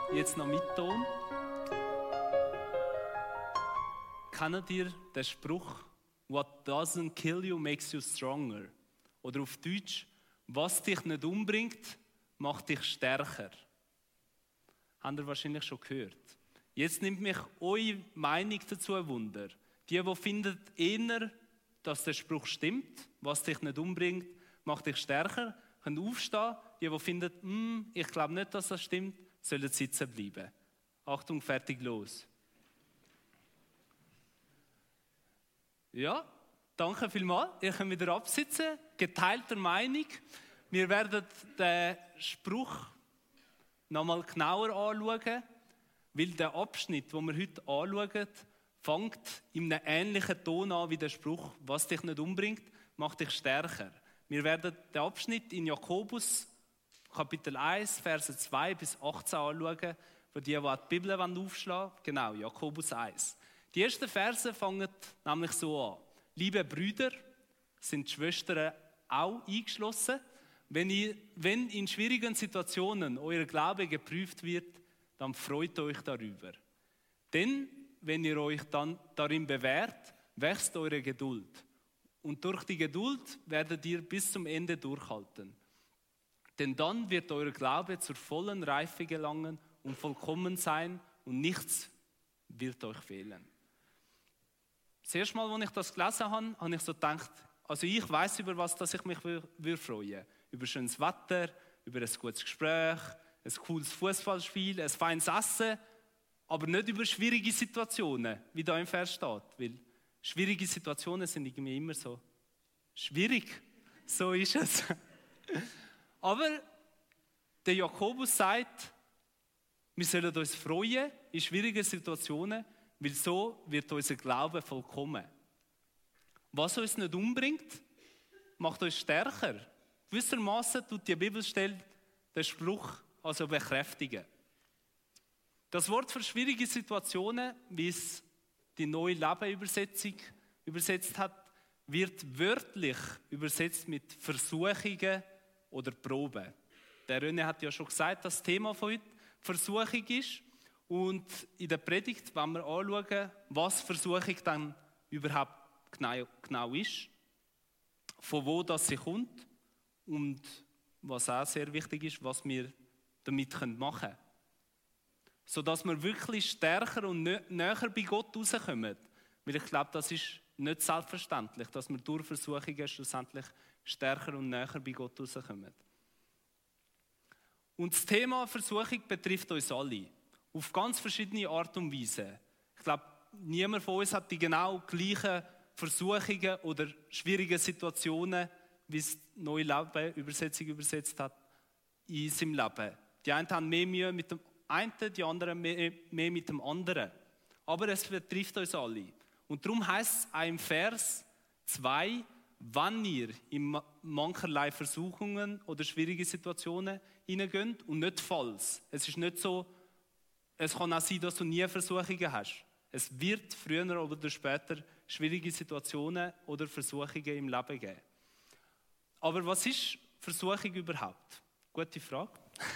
jetzt noch mit Ton. Kennt ihr den Spruch, "What doesn't kill you makes you stronger"? Oder auf Deutsch, was dich nicht umbringt, macht dich stärker. Habt ihr wahrscheinlich schon gehört. Jetzt nimmt mich eure Meinung dazu ein Wunder. Die finden eher, dass der Spruch stimmt, was dich nicht umbringt, macht dich stärker, können aufstehen. Die finden, ich glaube nicht, dass das stimmt, sollen sitzen bleiben. Achtung, fertig, los. Ja, danke vielmals. Ihr könnt wieder absitzen. Geteilter Meinung. Wir werden den Spruch nochmal genauer anschauen, weil der Abschnitt, den wir heute anschauen, fängt in einem ähnlichen Ton an wie der Spruch, was dich nicht umbringt, macht dich stärker. Wir werden den Abschnitt in Jakobus, Kapitel 1, Verse 2 bis 18 anschauen, für die die Bibel aufschlagen wollen. Genau, Jakobus 1. Die ersten Verse fangen nämlich so an. Liebe Brüder, sind die Schwestern auch eingeschlossen? Wenn in schwierigen Situationen euer Glaube geprüft wird, dann freut euch darüber. Denn wenn ihr euch dann darin bewährt, wächst eure Geduld. Und durch die Geduld werdet ihr bis zum Ende durchhalten. Denn dann wird euer Glaube zur vollen Reife gelangen und vollkommen sein und nichts wird euch fehlen. Das erste Mal, als ich das gelesen habe, habe ich so gedacht, also ich weiss, über was ich mich freuen würde. Über schönes Wetter, über ein gutes Gespräch, ein cooles Fußballspiel, ein feines Essen, aber nicht über schwierige Situationen, wie da im Vers steht. Weil schwierige Situationen sind irgendwie immer so schwierig. So ist es. Aber der Jakobus sagt, wir sollen uns freuen in schwierigen Situationen, weil so wird unser Glaube vollkommen. Was uns nicht umbringt, macht uns stärker. Gewissermaßen tut die Bibelstelle den Spruch also bekräftigen. Das Wort für schwierige Situationen, wie es die Neue Leben-Übersetzung übersetzt hat, wird wörtlich übersetzt mit Versuchungen oder Proben. Der René hat ja schon gesagt, dass das Thema von heute Versuchung ist. Und in der Predigt wollen wir anschauen, was Versuchung dann überhaupt genau ist, von wo das sie kommt und was auch sehr wichtig ist, was wir damit machen können. Sodass wir wirklich stärker und näher bei Gott rauskommen. Weil ich glaube, das ist nicht selbstverständlich, dass wir durch Versuchungen schlussendlich stärker und näher bei Gott rauskommen. Und das Thema Versuchung betrifft uns alle. Auf ganz verschiedene Art und Weise. Ich glaube, niemand von uns hat die genau gleichen Versuchungen oder schwierigen Situationen, wie es die Neue Leben-Übersetzung übersetzt hat, in seinem Leben. Die einen haben mehr Mühe mit dem einen, die anderen mehr mit dem anderen. Aber es betrifft uns alle. Und darum heisst es auch im Vers 2, wenn ihr in mancherlei Versuchungen oder schwierige Situationen hineingeht und nicht falls. Es ist nicht so, es kann auch sein, dass du nie Versuchungen hast. Es wird früher oder später schwierige Situationen oder Versuchungen im Leben geben. Aber was ist Versuchung überhaupt? Gute Frage.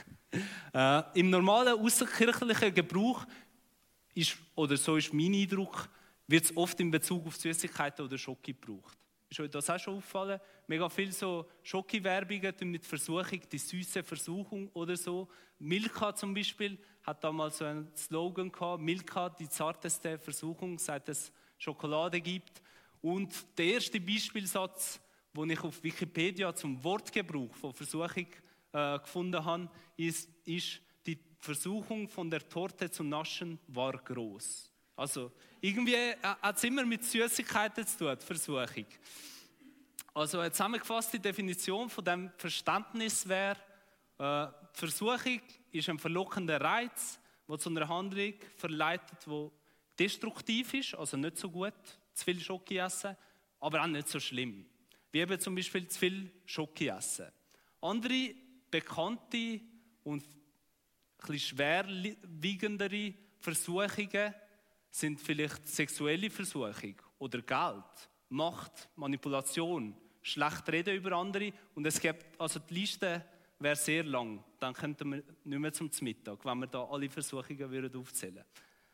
Im normalen außerkirchlichen Gebrauch ist, oder so ist mein Eindruck, wird es oft in Bezug auf Süßigkeiten oder Schoki gebraucht. Ist euch das auch schon aufgefallen? Mega viele so Schoki-Werbungen mit Versuchung, die süße Versuchung oder so. Milka zum Beispiel hat damals so einen Slogan gehabt, Milka, die zarteste Versuchung, seit es Schokolade gibt. Und der erste Beispielsatz, den ich auf Wikipedia zum Wortgebrauch von Versuchung gefunden habe, ist, die Versuchung von der Torte zu naschen war groß. Also irgendwie hat es immer mit Süßigkeiten zu tun, die Versuchung. Also eine zusammengefasste Definition von diesem Verständnis wäre, die Versuchung ist ein verlockender Reiz, der zu einer Handlung verleitet, die destruktiv ist, also nicht so gut, zu viel Schoki essen, aber auch nicht so schlimm. Wie eben zum Beispiel zu viel Schoki essen. Andere bekannte und ein bisschen schwerwiegendere Versuchungen sind vielleicht sexuelle Versuchung oder Geld, Macht, Manipulation, schlecht reden über andere. Und es gibt, also die Liste wäre sehr lang. Dann könnten wir nicht mehr zum Mittag, wenn wir da alle Versuchungen würden aufzählen.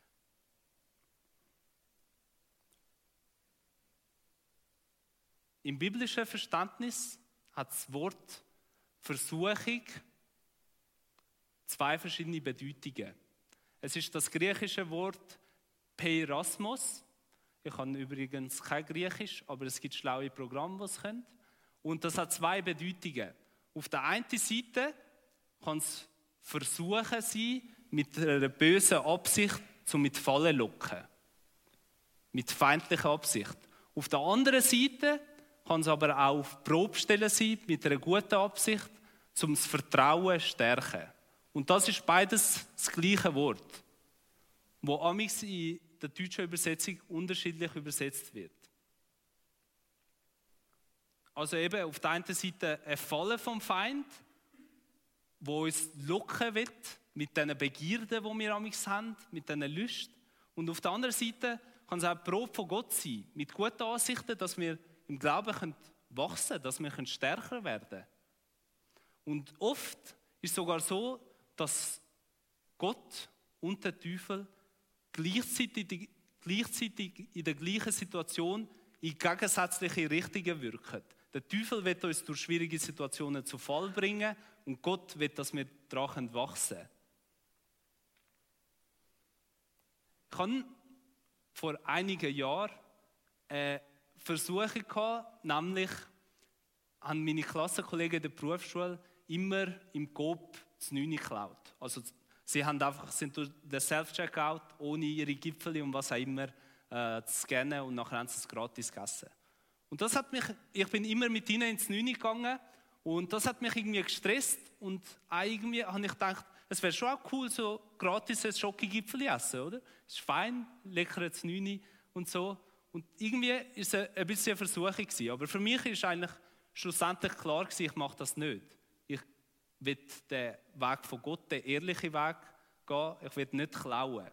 Im biblischen Verständnis hat das Wort Versuchung zwei verschiedene Bedeutungen. Es ist das griechische Wort Peirasmos. Ich kann übrigens kein Griechisch, aber es gibt schlaue Programme, die es können. Und das hat zwei Bedeutungen. Auf der einen Seite kann es Versuchen sein, mit einer bösen Absicht zu mit Fallen locken. Mit feindlicher Absicht. Auf der anderen Seite kann es aber auch auf Probstellen sein, mit einer guten Absicht, um das Vertrauen zu stärken. Und das ist beides das gleiche Wort, wo amigs in der deutschen Übersetzung unterschiedlich übersetzt wird. Also eben auf der einen Seite ein Fallen vom Feind, wo uns locken wird mit diesen Begierden, die wir amigs haben, mit diesen Lüsten. Und auf der anderen Seite kann es auch eine Probe von Gott sein, mit guten Ansichten, dass wir im Glauben wachsen können, dass wir stärker werden können. Und oft ist es sogar so, dass Gott und der Teufel gleichzeitig in der gleichen Situation in gegensätzliche Richtungen wirken. Der Teufel will uns durch schwierige Situationen zu Fall bringen und Gott will, dass wir daran wachsen können. Ich hatte vor einigen Jahren eine Versuchung gehabt, nämlich haben meine Klassenkollegen in der Berufsschule immer im Coop das 9 geklaut. Also sie sind durch den Self-Checkout ohne ihre Gipfel und was auch immer zu scannen und nachher haben sie es gratis gegessen. Und ich bin immer mit ihnen ins 9 gegangen und das hat mich irgendwie gestresst und irgendwie habe ich gedacht, es wäre schon auch cool, so gratis ein Schokogipfel essen, oder? Es ist fein, lecker das 9 und so. Und irgendwie war es ein bisschen eine Versuchung gewesen. Aber für mich ist eigentlich schlussendlich klar gewesen, ich mache das nicht. Ich will den Weg von Gott, den ehrlichen Weg gehen. Ich will nicht klauen.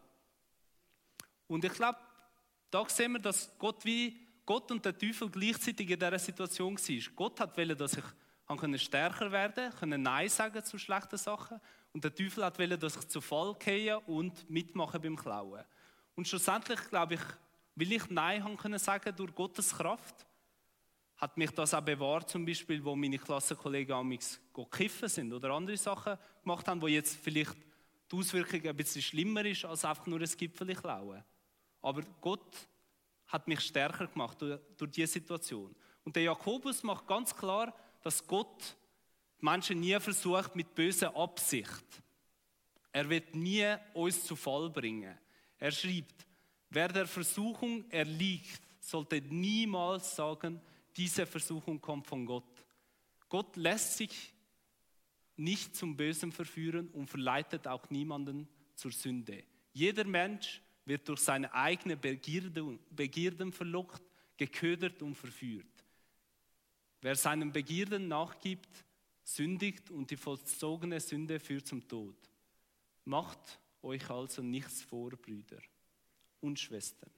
Und ich glaube, da sehen wir, dass Gott und der Teufel gleichzeitig in dieser Situation war. Gott wollte, dass ich stärker werden konnte, Nein sagen zu schlechten Sachen. Und der Teufel wollte, dass ich zu Fall gehe und mitmache beim Klauen. Und schlussendlich, glaube ich, weil ich Nein sagen konnte durch Gottes Kraft, hat mich das auch bewahrt, zum Beispiel, wo meine Klassenkollegen amigs kiffen sind oder andere Sachen gemacht haben, wo jetzt vielleicht die Auswirkung ein bisschen schlimmer ist, als einfach nur ein Gipfel klauen. Aber Gott hat mich stärker gemacht durch diese Situation. Und der Jakobus macht ganz klar, dass Gott die Menschen nie versucht mit böser Absicht. Er wird nie uns zu Fall bringen. Er schreibt, wer der Versuchung erliegt, sollte niemals sagen, diese Versuchung kommt von Gott. Gott lässt sich nicht zum Bösen verführen und verleitet auch niemanden zur Sünde. Jeder Mensch wird durch seine eigene Begierden verlockt, geködert und verführt. Wer seinen Begierden nachgibt, sündigt und die vollzogene Sünde führt zum Tod. Macht euch also nichts vor, Brüder und Schwestern.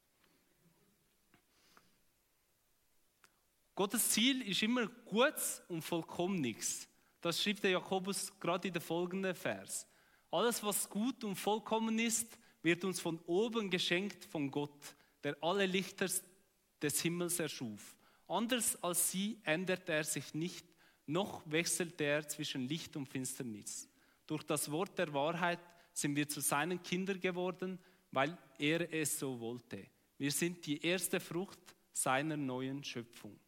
Gottes Ziel ist immer Gutes und Vollkommenes. Das schreibt der Jakobus gerade in den folgenden Vers. Alles, was gut und vollkommen ist, wird uns von oben geschenkt von Gott, der alle Lichter des Himmels erschuf. Anders als sie ändert er sich nicht, noch wechselt er zwischen Licht und Finsternis. Durch das Wort der Wahrheit sind wir zu seinen Kindern geworden, weil er es so wollte. Wir sind die erste Frucht seiner neuen Schöpfung.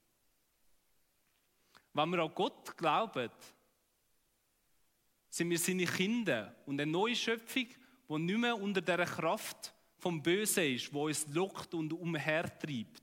Wenn wir an Gott glauben, sind wir seine Kinder und eine neue Schöpfung, die nicht mehr unter der Kraft vom Bösen ist, wo uns lockt und umhertreibt.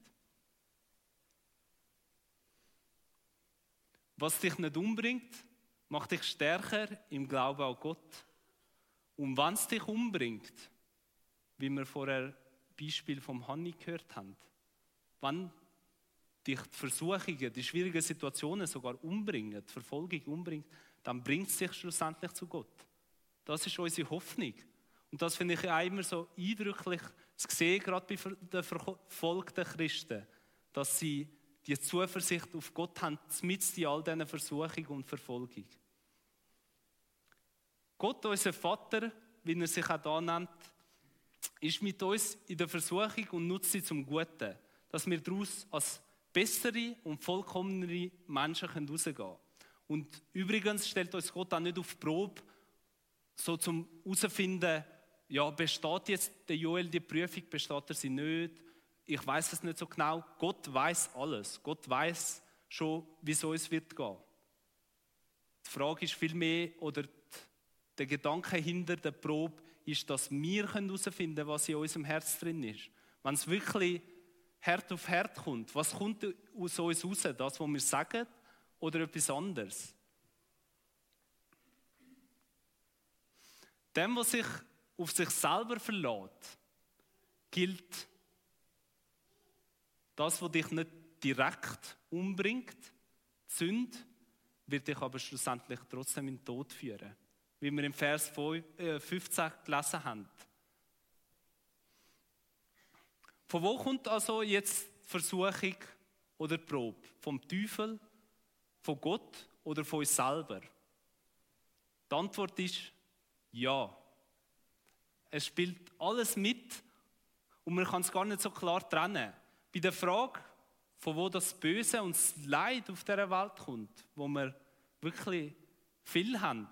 Was dich nicht umbringt, macht dich stärker im Glauben an Gott. Und wenn es dich umbringt, wie wir vorher Beispiel vom Hanni gehört haben, wenn dich die Versuchungen, die schwierigen Situationen sogar umbringen, die Verfolgung umbringt, dann bringt es dich schlussendlich zu Gott. Das ist unsere Hoffnung. Und das finde ich auch immer so eindrücklich zu sehen, gerade bei den verfolgten Christen, dass sie die Zuversicht auf Gott haben, mitten in all diesen Versuchungen und Verfolgung. Gott, unser Vater, wie er sich auch da nennt, ist mit uns in der Versuchung und nutzt sie zum Guten, dass wir daraus als bessere und vollkommenere Menschen rausgehen können. Und übrigens stellt uns Gott auch nicht auf die Probe, so zum herauszufinden, ja, besteht jetzt der Joel die Prüfung, besteht er sie nicht? Ich weiß es nicht so genau. Gott weiß alles. Gott weiß schon, wie es uns wird gehen. Die Frage ist vielmehr, oder der Gedanke hinter der Probe ist, dass wir herausfinden können, was in unserem Herz drin ist. Wenn es wirklich Herd auf Herd kommt, was kommt aus uns raus? Das, was wir sagen, oder etwas anderes? Dem, was sich auf sich selber verlässt, gilt das, was dich nicht direkt umbringt, die Sünde, wird dich aber schlussendlich trotzdem in den Tod führen. Wie wir im Vers 15 gelesen haben. Von wo kommt also jetzt die Versuchung oder die Probe? Vom Teufel, von Gott oder von uns selber? Die Antwort ist ja. Es spielt alles mit und man kann es gar nicht so klar trennen. Bei der Frage, von wo das Böse und das Leid auf dieser Welt kommt, wo wir wirklich viel haben,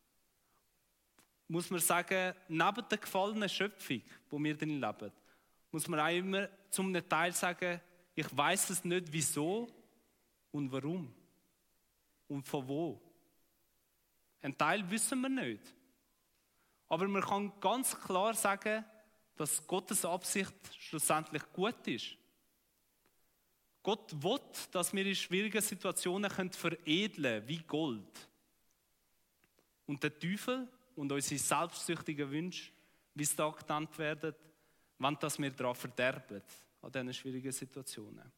muss man sagen, neben der gefallenen Schöpfung, wo wir drin leben, muss man auch immer zum Teil sagen, ich weiß es nicht, wieso und warum und von wo. Ein Teil wissen wir nicht. Aber man kann ganz klar sagen, dass Gottes Absicht schlussendlich gut ist. Gott will, dass wir in schwierigen Situationen veredeln können, wie Gold. Und der Teufel und unsere selbstsüchtigen Wünsche, wie es da genannt werden, wollen, dass wir daran verderben, an diesen schwierigen Situationen.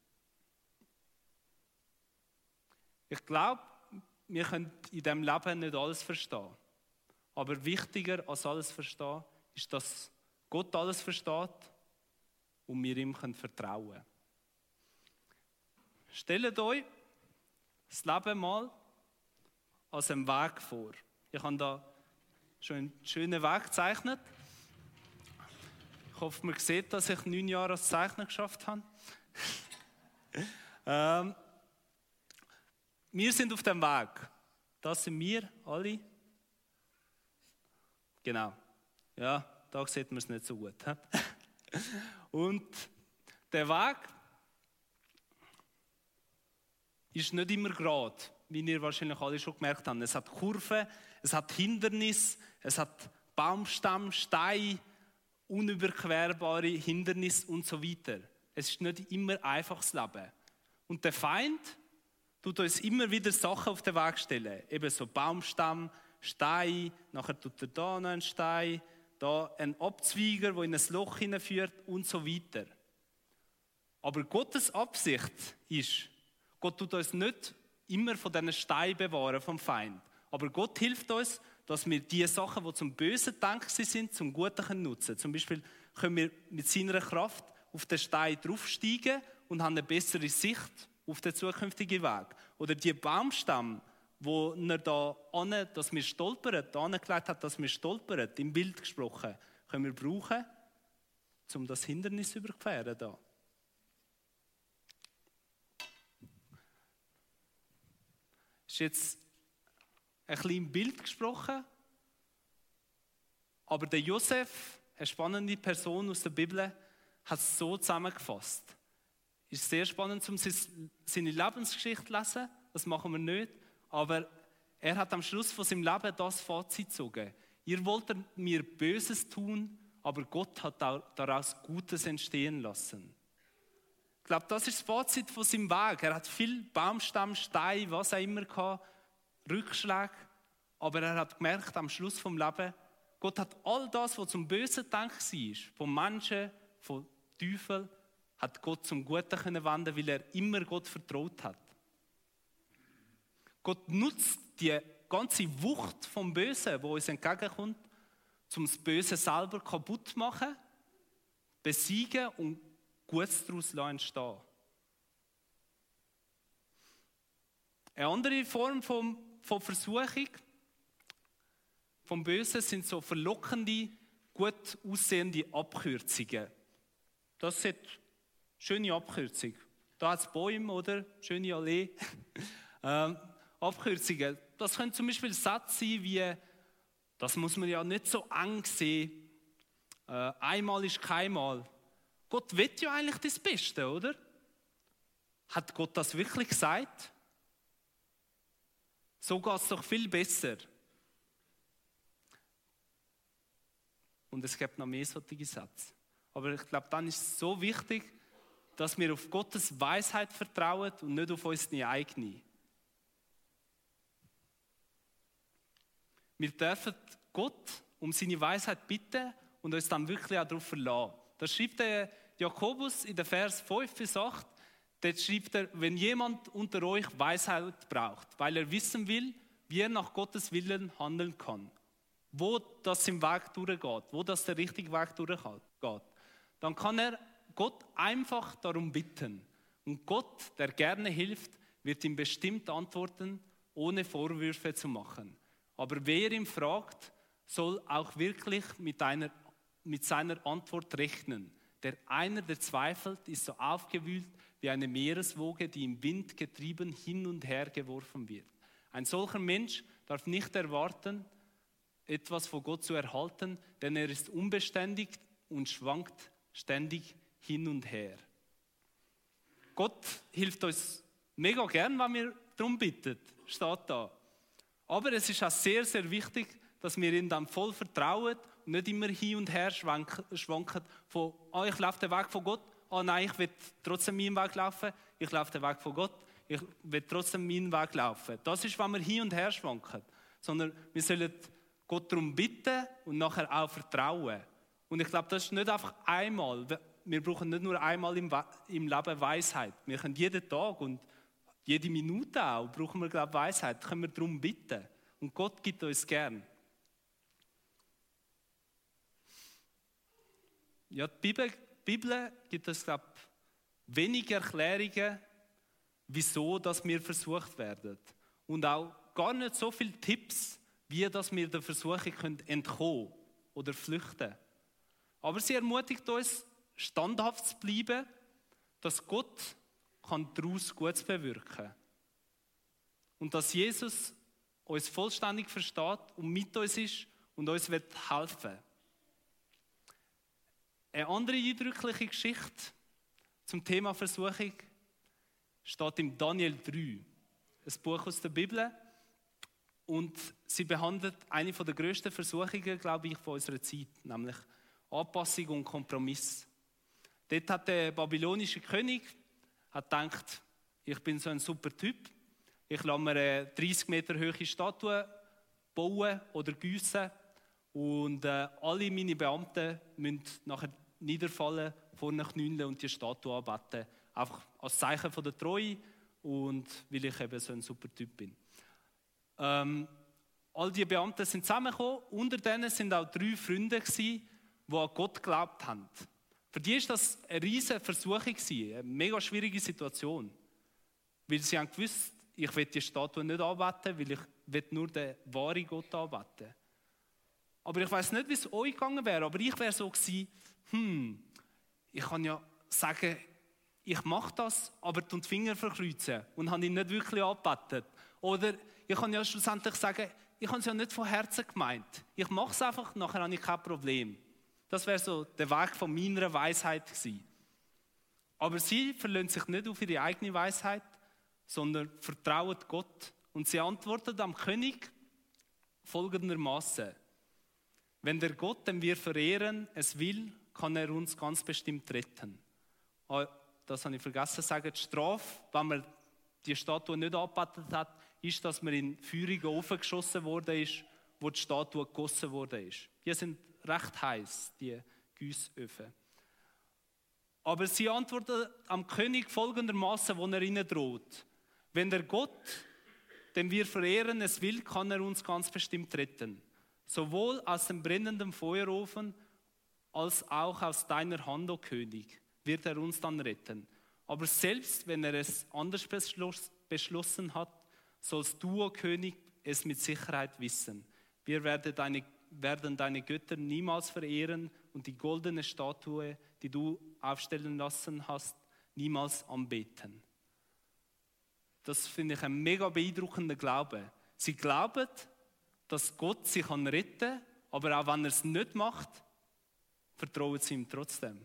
Ich glaube, wir können in diesem Leben nicht alles verstehen. Aber wichtiger als alles verstehen, ist, dass Gott alles versteht und wir ihm vertrauen können. Stellt euch das Leben mal als einen Weg vor. Ich habe da schon einen schönen Weg gezeichnet. Ich hoffe, man sieht, dass ich 9 Jahre als Zeichner geschafft habe. Wir sind auf dem Weg. Das sind wir alle. Genau. Ja, da sieht man es nicht so gut. Und der Weg ist nicht immer gerade, wie ihr wahrscheinlich alle schon gemerkt habt. Es hat Kurven, es hat Hindernisse, es hat Baumstämme, Steine, unüberquerbare Hindernisse und so weiter. Es ist nicht immer einfaches Leben. Und der Feind tut uns immer wieder Sachen auf den Weg stellen. Eben so Baumstamm, Stein, nachher tut er da noch einen Stein, da einen Abzweiger, der in ein Loch hineinführt und so weiter. Aber Gottes Absicht ist, Gott tut uns nicht immer von diesen Steinen bewahren vom Feind. Aber Gott hilft uns, dass wir die Sachen, die zum Bösen gedacht sind, zum Guten nutzen können. Zum Beispiel können wir mit seiner Kraft auf den Stein draufsteigen und haben eine bessere Sicht auf den zukünftigen Weg. Oder die Baumstamm, wo er da an, dass wir stolpern, da angelegt hat, dass wir stolpern, im Bild gesprochen, können wir brauchen, um das Hindernis zu überqueren. Da. Ist jetzt ein bisschen im Bild gesprochen, aber der Josef, eine spannende Person aus der Bibel, hat es so zusammengefasst. Ist sehr spannend, um seine Lebensgeschichte zu lesen, das machen wir nicht, aber er hat am Schluss von seinem Leben das Fazit gezogen. Ihr wolltet mir Böses tun, aber Gott hat daraus Gutes entstehen lassen. Ich glaube, das ist das Fazit von seinem Weg. Er hat viel Baumstamm, Stein, was auch immer gehabt, Rückschläge, aber er hat gemerkt, am Schluss vom Leben, Gott hat all das, was zum Bösen gedacht war, vom Menschen, vom Teufel, hat Gott zum Guten können wenden, weil er immer Gott vertraut hat. Gott nutzt die ganze Wucht vom Bösen, die uns entgegenkommt, um das Böse selber kaputt zu machen, besiegen und Gutes daraus entstehen. Eine andere Form von Versuchung vom Bösen sind so verlockende, gut aussehende Abkürzungen. Das ist eine schöne Abkürzung. Da hat es Bäume, oder? Schöne Allee. Abkürzungen. Das können zum Beispiel Sätze sein wie, das muss man ja nicht so eng sehen. Einmal ist keinmal. Gott will ja eigentlich das Beste, oder? Hat Gott das wirklich gesagt? So geht es doch viel besser. Und es gibt noch mehr solche Sätze. Aber ich glaube, dann ist es so wichtig, dass wir auf Gottes Weisheit vertrauen und nicht auf unsere eigene. Wir dürfen Gott um seine Weisheit bitten und uns dann wirklich auch darauf verlassen. Das schreibt der Jakobus in den Vers 5 bis 8. Dort schreibt er, wenn jemand unter euch Weisheit braucht, weil er wissen will, wie er nach Gottes Willen handeln kann, wo das im Weg durchgeht, wo das der richtige Weg durchgeht, dann kann er Gott einfach darum bitten. Und Gott, der gerne hilft, wird ihm bestimmt antworten, ohne Vorwürfe zu machen. Aber wer ihn fragt, soll auch wirklich mit seiner Antwort rechnen. Der zweifelt, ist so aufgewühlt wie eine Meereswoge, die im Wind getrieben hin und her geworfen wird. Ein solcher Mensch darf nicht erwarten, etwas von Gott zu erhalten, denn er ist unbeständig und schwankt ständig hin und her. Gott hilft uns mega gern, wenn wir darum bitten, steht da. Aber es ist auch sehr, sehr wichtig, dass wir ihm dann voll vertrauen und nicht immer hin und her schwanken von, ich laufe den Weg von Gott, nein, ich will trotzdem meinen Weg laufen, ich laufe den Weg von Gott, ich will trotzdem meinen Weg laufen. Das ist, wenn wir hin und her schwanken. Sondern wir sollen Gott darum bitten und nachher auch vertrauen. Und ich glaube, das ist nicht einfach einmal. Wir brauchen nicht nur einmal im Leben Weisheit. Wir können jeden Tag und jede Minute auch, brauchen wir, glaube ich, Weisheit. Da können wir darum bitten. Und Gott gibt uns gern. Ja, die Bibel gibt uns, glaube ich, wenige Erklärungen, wieso dass wir versucht werden. Und auch gar nicht so viele Tipps, wie dass wir der Versuchung entkommen können oder flüchten. Aber sie ermutigt uns, standhaft zu bleiben, dass Gott daraus Gutes bewirken kann. Und dass Jesus uns vollständig versteht und mit uns ist und uns helfen will. Eine andere eindrückliche Geschichte zum Thema Versuchung steht im Daniel 3, ein Buch aus der Bibel. Und sie behandelt eine der grössten Versuchungen, glaube ich, von unserer Zeit, nämlich Anpassung und Kompromiss. Dort hat der babylonische König gedacht, ich bin so ein super Typ, ich lasse mir eine 30 Meter hohe Statue bauen oder gießen und alle meine Beamten müssen nachher niederfallen, vorne knien und die Statue anbeten. Einfach als Zeichen von der Treue und weil ich eben so ein super Typ bin. All die Beamten sind zusammengekommen, unter denen sind auch 3 Freunde gewesen, die an Gott geglaubt haben. Für die war das eine riesige Versuchung, eine mega schwierige Situation. Weil sie haben gewusst, ich will die Statue nicht anbeten, weil ich will nur den wahren Gott anbeten. Aber ich weiss nicht, wie es euch gegangen wäre, aber ich wäre so gewesen, ich kann ja sagen, ich mache das, aber die Finger verkreuzen und habe ihn nicht wirklich angebetet. Oder ich kann ja schlussendlich sagen, ich habe es ja nicht von Herzen gemeint. Ich mache es einfach, nachher habe ich kein Problem. Das wäre so der Weg von meiner Weisheit gewesen. Aber sie verlassen sich nicht auf ihre eigene Weisheit, sondern vertrauen Gott. Und sie antwortet am König folgendermaßen: Wenn der Gott, den wir verehren, es will, kann er uns ganz bestimmt retten. Das habe ich vergessen zu sagen. Die Strafe, wenn man die Statue nicht angebetet hat, ist, dass man in feurigen Ofen geschossen worden ist, wo die Statue gegossen worden ist. Die sind recht heiß, die Giessöfen. Aber sie antwortet am König folgendermaßen, wo er ihnen droht: Wenn der Gott, den wir verehren, es will, kann er uns ganz bestimmt retten. Sowohl aus dem brennenden Feuerofen als auch aus deiner Hand, o König, wird er uns dann retten. Aber selbst wenn er es anders beschlossen hat, sollst du, o König, es mit Sicherheit wissen. Wir werden deine Götter niemals verehren und die goldene Statue, die du aufstellen lassen hast, niemals anbeten. Das finde ich ein mega beeindruckender Glaube. Sie glauben, dass Gott sie retten kann, aber auch wenn er es nicht macht, vertrauen sie ihm trotzdem.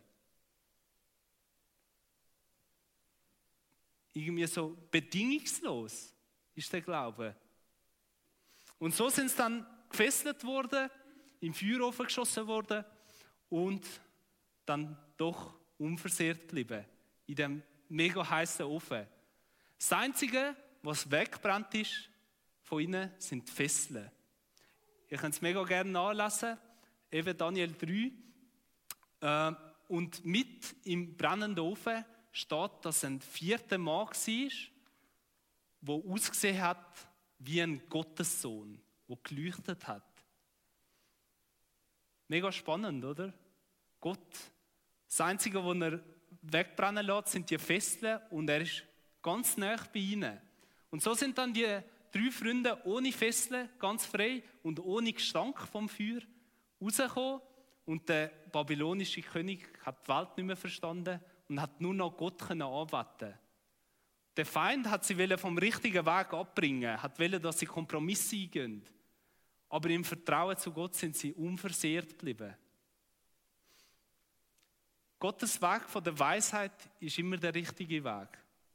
Irgendwie so bedingungslos ist der Glaube. Und so sind sie dann gefesselt worden, im Feuerofen geschossen worden und dann doch unversehrt geblieben. In dem mega heißen Ofen. Das Einzige, was weggebrannt ist von ihnen, sind die Fesseln. Ihr könnt es mega gerne nachlesen, eben Daniel 3. Und mit im brennenden Ofen steht, dass ein 4. Mann war, der ausgesehen hat wie ein Gottessohn, der geleuchtet hat. Mega spannend, oder? Gott, das Einzige, was er wegbrennen lässt, sind die Fesseln und er ist ganz nah bei ihnen. Und so sind dann die 3 Freunde ohne Fesseln, ganz frei und ohne Gestank vom Feuer rausgekommen. Und der babylonische König hat die Welt nicht mehr verstanden und hat nur noch Gott anbeten. Der Feind hat sie vom richtigen Weg abbringen, hat wollen, dass sie Kompromisse eingehen. Aber im Vertrauen zu Gott sind sie unversehrt geblieben. Gottes Weg von der Weisheit ist immer der richtige Weg.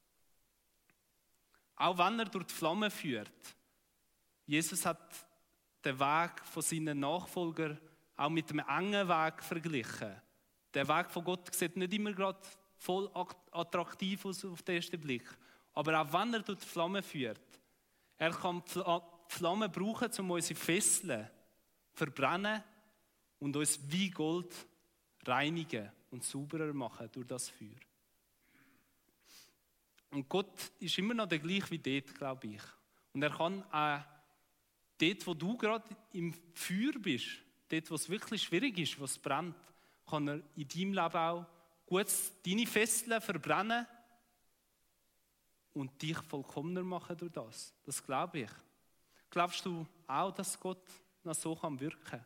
Auch wenn er durch die Flamme führt. Jesus hat den Weg von seinen Nachfolgern auch mit dem engen Weg verglichen. Der Weg von Gott sieht nicht immer gerade voll attraktiv aus auf den ersten Blick. Aber auch wenn er durch die Flamme führt, er kann die Flamme brauchen, um unsere Fesseln zu verbrennen und uns wie Gold reinigen und sauberer machen durch das Feuer. Und Gott ist immer noch der gleiche wie dort, glaube ich. Und er kann auch dort, wo du gerade im Feuer bist, dort, wo es wirklich schwierig ist, wo es brennt, kann er in deinem Leben auch gut deine Fesseln verbrennen und dich vollkommener machen durch das. Das glaube ich. Glaubst du auch, dass Gott noch so wirken kann?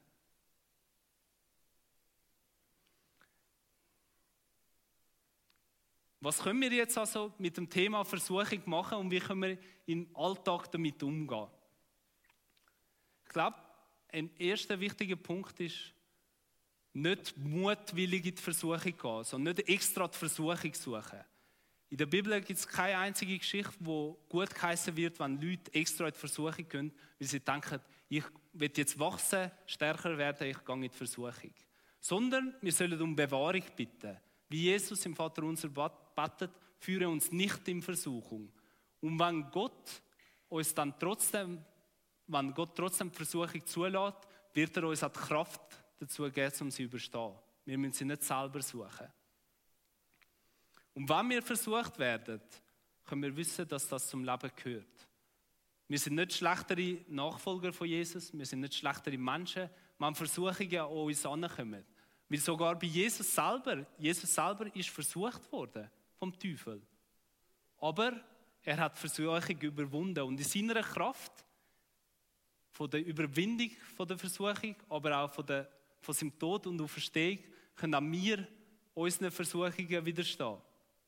Was können wir jetzt also mit dem Thema Versuchung machen und wie können wir im Alltag damit umgehen? Ich glaube, ein erster wichtiger Punkt ist, nicht mutwillig in die Versuchung gehen, sondern nicht extra die Versuchung suchen. In der Bibel gibt es keine einzige Geschichte, wo gut geheißen wird, wenn Leute extra in die Versuchung gehen, weil sie denken, ich will jetzt wachsen, stärker werden, ich gehe in die Versuchung. Sondern wir sollen um Bewahrung bitten. Wie Jesus im Vater unser betet, führe uns nicht in Versuchung. Und wenn Gott trotzdem die Versuchung zulässt, wird er uns auch die Kraft dazu geben, um sie zu überstehen. Wir müssen sie nicht selber suchen. Und wenn wir versucht werden, können wir wissen, dass das zum Leben gehört. Wir sind nicht schlechtere Nachfolger von Jesus, wir sind nicht schlechtere Menschen, wenn Versuchungen an uns herankommen. Weil sogar bei Jesus selber ist versucht worden vom Teufel. Aber er hat die Versuchung überwunden und in seiner Kraft von der Überwindung von der Versuchung, aber auch von seinem Tod und Auferstehung, können auch wir unseren Versuchungen widerstehen.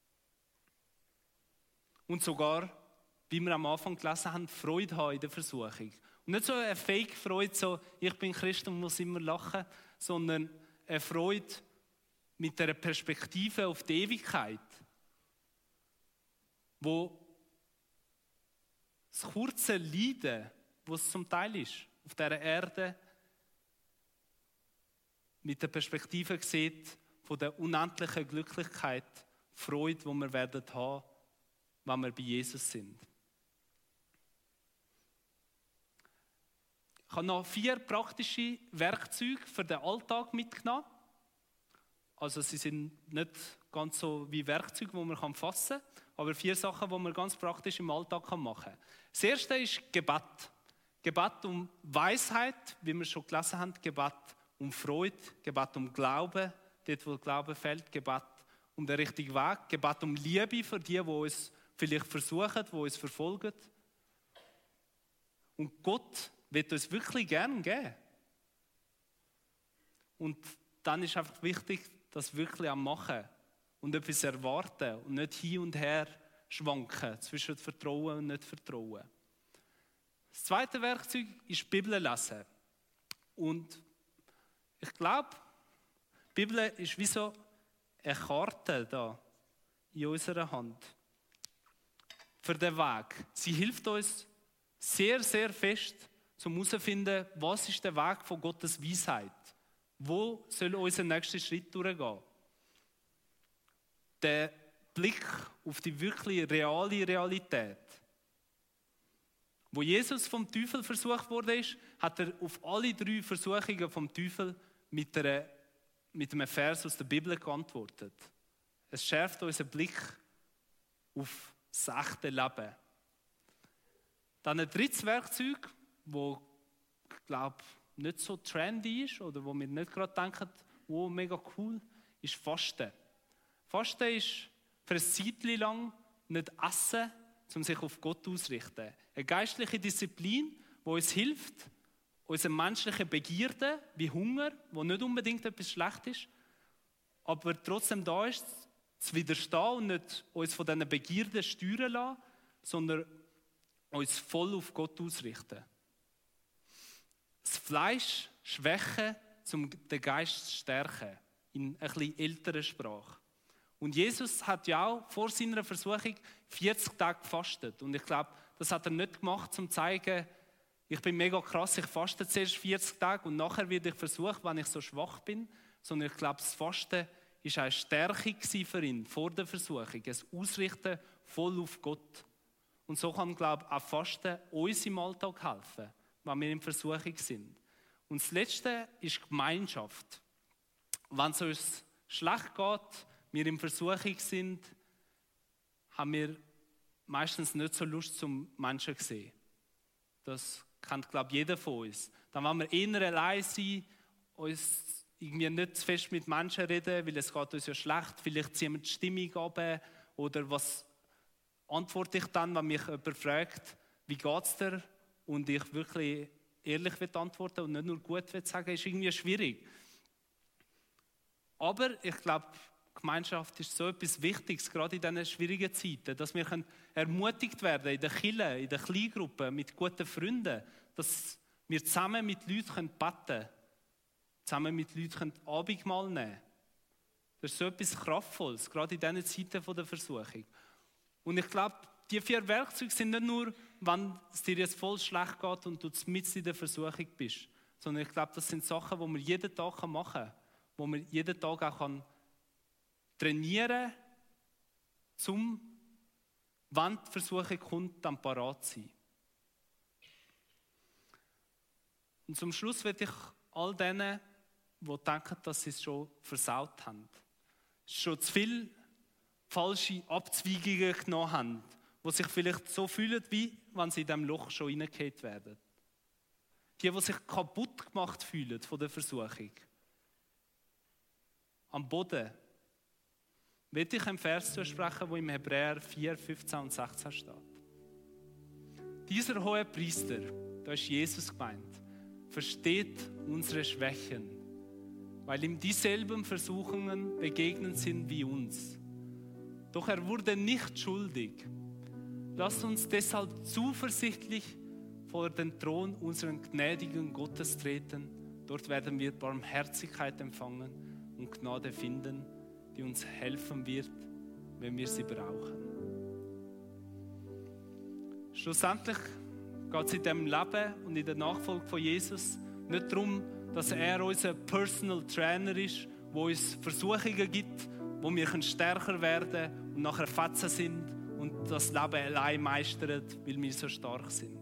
Und sogar, wie wir am Anfang gelesen haben, Freude haben in der Versuchung. Und nicht so eine Fake-Freude, so ich bin Christ und muss immer lachen, sondern eine Freude mit einer Perspektive auf die Ewigkeit, wo das kurze Leiden, was es zum Teil ist, auf dieser Erde, mit der Perspektive sieht von der unendlichen Glücklichkeit, Freude, die wir werden haben, wenn wir bei Jesus sind. Ich habe noch 4 praktische Werkzeuge für den Alltag mitgenommen. Also sie sind nicht ganz so wie Werkzeuge, die man fassen kann, aber 4 Sachen, die man ganz praktisch im Alltag machen kann. Das erste ist Gebet. Gebet um Weisheit, wie wir schon gelesen haben. Gebet um Freude. Gebet um Glauben, dort wo Glauben fällt. Gebet um den richtigen Weg. Gebet um Liebe für die uns vielleicht versuchen, die uns verfolgen. Und Gott wird uns wirklich gern geben. Und dann ist einfach wichtig, das wirklich am Machen und etwas erwarten und nicht hin und her schwanken zwischen Vertrauen und nicht Vertrauen. Das zweite Werkzeug ist die Bibel lesen. Und ich glaube, die Bibel ist wie so eine Karte da in unserer Hand für den Weg. Sie hilft uns sehr, sehr fest, um herauszufinden, was ist der Weg von Gottes Weisheit. Wo soll unser nächster Schritt durchgehen? Der Blick auf die wirklich reale Realität. Wo Jesus vom Teufel versucht wurde, hat er auf alle 3 Versuchungen vom Teufel mit einem Vers aus der Bibel geantwortet. Es schärft unseren Blick auf das echte Leben. Dann ein drittes Werkzeug, das, ich glaube, nicht so trendy ist oder wo wir nicht gerade denken, wow, mega cool, ist Fasten. Fasten ist für eine Zeit lang nicht essen, um sich auf Gott auszurichten. Eine geistliche Disziplin, die uns hilft, unsere menschlichen Begierden wie Hunger, wo nicht unbedingt etwas schlecht ist, aber trotzdem da ist, zu widerstehen und nicht uns von diesen Begierden steuern lassen, sondern uns voll auf Gott ausrichten. Das Fleisch schwächen, um den Geist zu stärken, in ein bisschen älterer Sprache. Und Jesus hat ja auch vor seiner Versuchung 40 Tage gefastet. Und ich glaube, das hat er nicht gemacht, um zu zeigen, ich bin mega krass, ich faste zuerst 40 Tage und nachher werde ich versucht, wenn ich so schwach bin. Sondern ich glaube, das Fasten war eine Stärkung für ihn vor der Versuchung, ein Ausrichten voll auf Gott. Und so kann, glaube ich, auch Fasten uns im Alltag helfen, wenn wir in Versuchung sind. Und das Letzte ist Gemeinschaft. Wenn es uns schlecht geht, wir in Versuchung sind, haben wir meistens nicht so Lust zum Menschen zu sehen. Das kennt, glaube ich, jeder von uns. Dann wollen wir eher allein sein, uns irgendwie nicht zu fest mit Menschen reden, weil es geht uns ja schlecht. Vielleicht ziehen wir die Stimmung ab. Oder was antworte ich dann, wenn mich jemand fragt, wie geht es dir? Und ich wirklich ehrlich antworten und nicht nur gut sagen, ist irgendwie schwierig. Aber ich glaube, Gemeinschaft ist so etwas Wichtiges, gerade in diesen schwierigen Zeiten, dass wir ermutigt werden in der Kirche, in der Kleingruppe, mit guten Freunden, dass wir zusammen mit Leuten beten können, zusammen mit Leuten Abendmahl nehmen können. Das ist so etwas Kraftvolles, gerade in diesen Zeiten der Versuchung. Und ich glaube, die 4 Werkzeuge sind nicht nur, wenn es dir jetzt voll schlecht geht und du mitten in der Versuchung bist, sondern ich glaube, das sind Sachen, die man jeden Tag machen kann, wo man jeden Tag auch trainieren kann, wenn die Versuchung kommt, dann parat zu sein. Und zum Schluss werde ich all denen, die denken, dass sie es schon versaut haben, schon zu viele falsche Abzweigungen genommen haben, die sich vielleicht so fühlen, wie wenn sie in diesem Loch schon reingefallen werden. Die sich kaputt gemacht fühlen von der Versuchung. Am Boden will ich einen Vers zusprechen, der im Hebräer 4, 15 und 16 steht. Dieser hohe Priester, da ist Jesus gemeint, versteht unsere Schwächen, weil ihm dieselben Versuchungen begegnet sind wie uns. Doch er wurde nicht schuldig. Lasst uns deshalb zuversichtlich vor den Thron unseren gnädigen Gottes treten. Dort werden wir Barmherzigkeit empfangen und Gnade finden, die uns helfen wird, wenn wir sie brauchen. Schlussendlich geht es in diesem Leben und in der Nachfolge von Jesus nicht darum, dass er unser Personal Trainer ist, der uns Versuchungen gibt, wo wir stärker werden können und nachher Fetzen sind und das Leben allein meistern, weil wir so stark sind.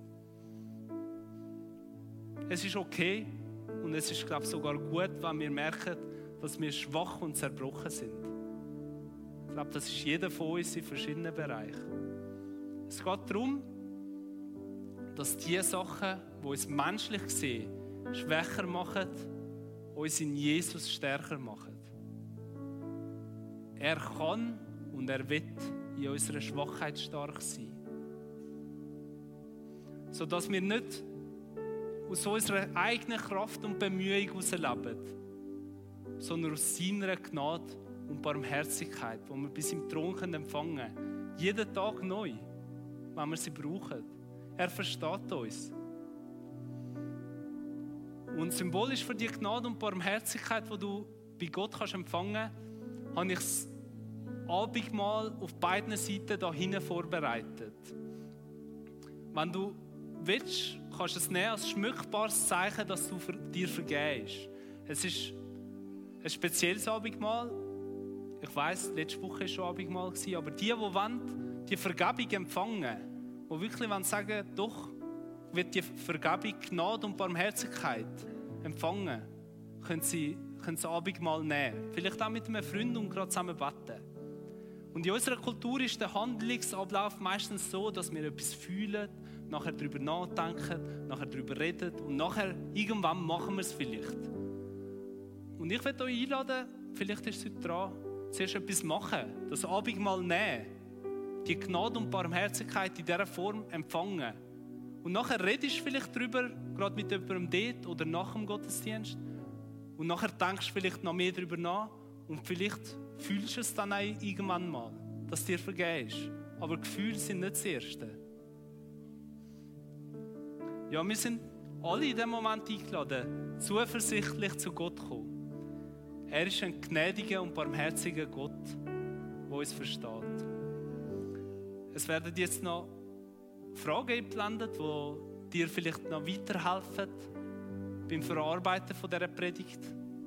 Es ist okay und es ist, glaube ich, sogar gut, wenn wir merken, dass wir schwach und zerbrochen sind. Ich glaube, das ist jeder von uns in verschiedenen Bereichen. Es geht darum, dass die Sachen, die uns menschlich gesehen schwächer machen, uns in Jesus stärker machen. Er kann und er will in unserer Schwachheit stark sein. Sodass wir nicht aus unserer eigenen Kraft und Bemühung heraus leben, sondern aus seiner Gnade und Barmherzigkeit, die wir bis im Thron empfangen können. Jeden Tag neu, wenn wir sie brauchen. Er versteht uns. Und symbolisch für die Gnade und Barmherzigkeit, die du bei Gott kannst empfangen, habe ich das Abendmahl auf beiden Seiten da hinten vorbereitet. Wenn du willst, kannst du es nehmen als schmückbares Zeichen, dass du dir vergehst. Es ist ein spezielles Abendmahl. Ich weiss, letzte Woche war schon Abendmahl, aber die wollen die Vergebung empfangen, die wirklich sagen, doch, wird die Vergebung, Gnade und Barmherzigkeit empfangen, können sie das Abendmahl nehmen. Vielleicht auch mit einem Freund und gerade zusammen beten. Und in unserer Kultur ist der Handlungsablauf meistens so, dass wir etwas fühlen, nachher darüber nachdenken, nachher darüber reden und nachher irgendwann machen wir es vielleicht. Und ich möchte euch einladen, vielleicht ist es heute dran, zuerst etwas machen, das Abendmahl nehmen, die Gnade und Barmherzigkeit in dieser Form empfangen. Und nachher redest du vielleicht darüber, gerade mit jemandem dort oder nach dem Gottesdienst. Und nachher denkst du vielleicht noch mehr darüber nach und vielleicht fühlst du es dann auch irgendwann mal, dass du dir vergehst. Aber Gefühle sind nicht das Erste. Ja, wir sind alle in dem Moment eingeladen, zuversichtlich zu Gott zu kommen. Er ist ein gnädiger und barmherziger Gott, der uns versteht. Es werden jetzt noch Fragen eingeblendet, die dir vielleicht noch weiterhelfen beim Verarbeiten von dieser Predigt.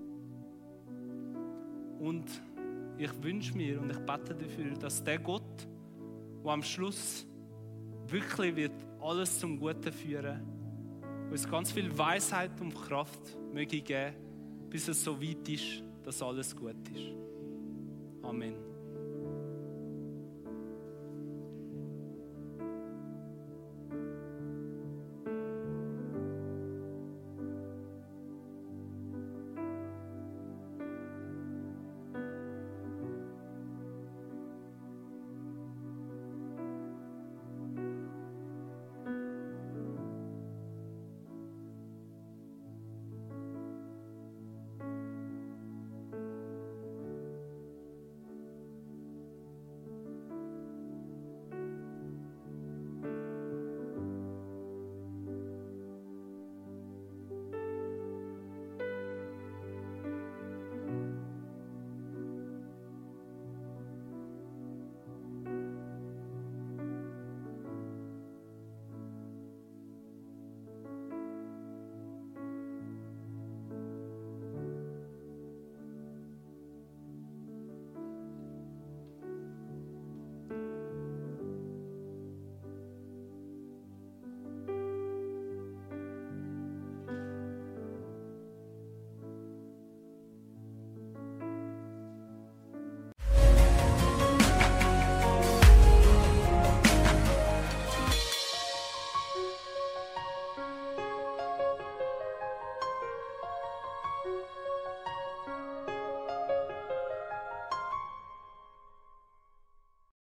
Und ich wünsche mir und ich bete dafür, dass der Gott, der am Schluss wirklich wird alles zum Guten führen, uns ganz viel Weisheit und Kraft möge geben, bis es so weit ist, dass alles gut ist. Amen.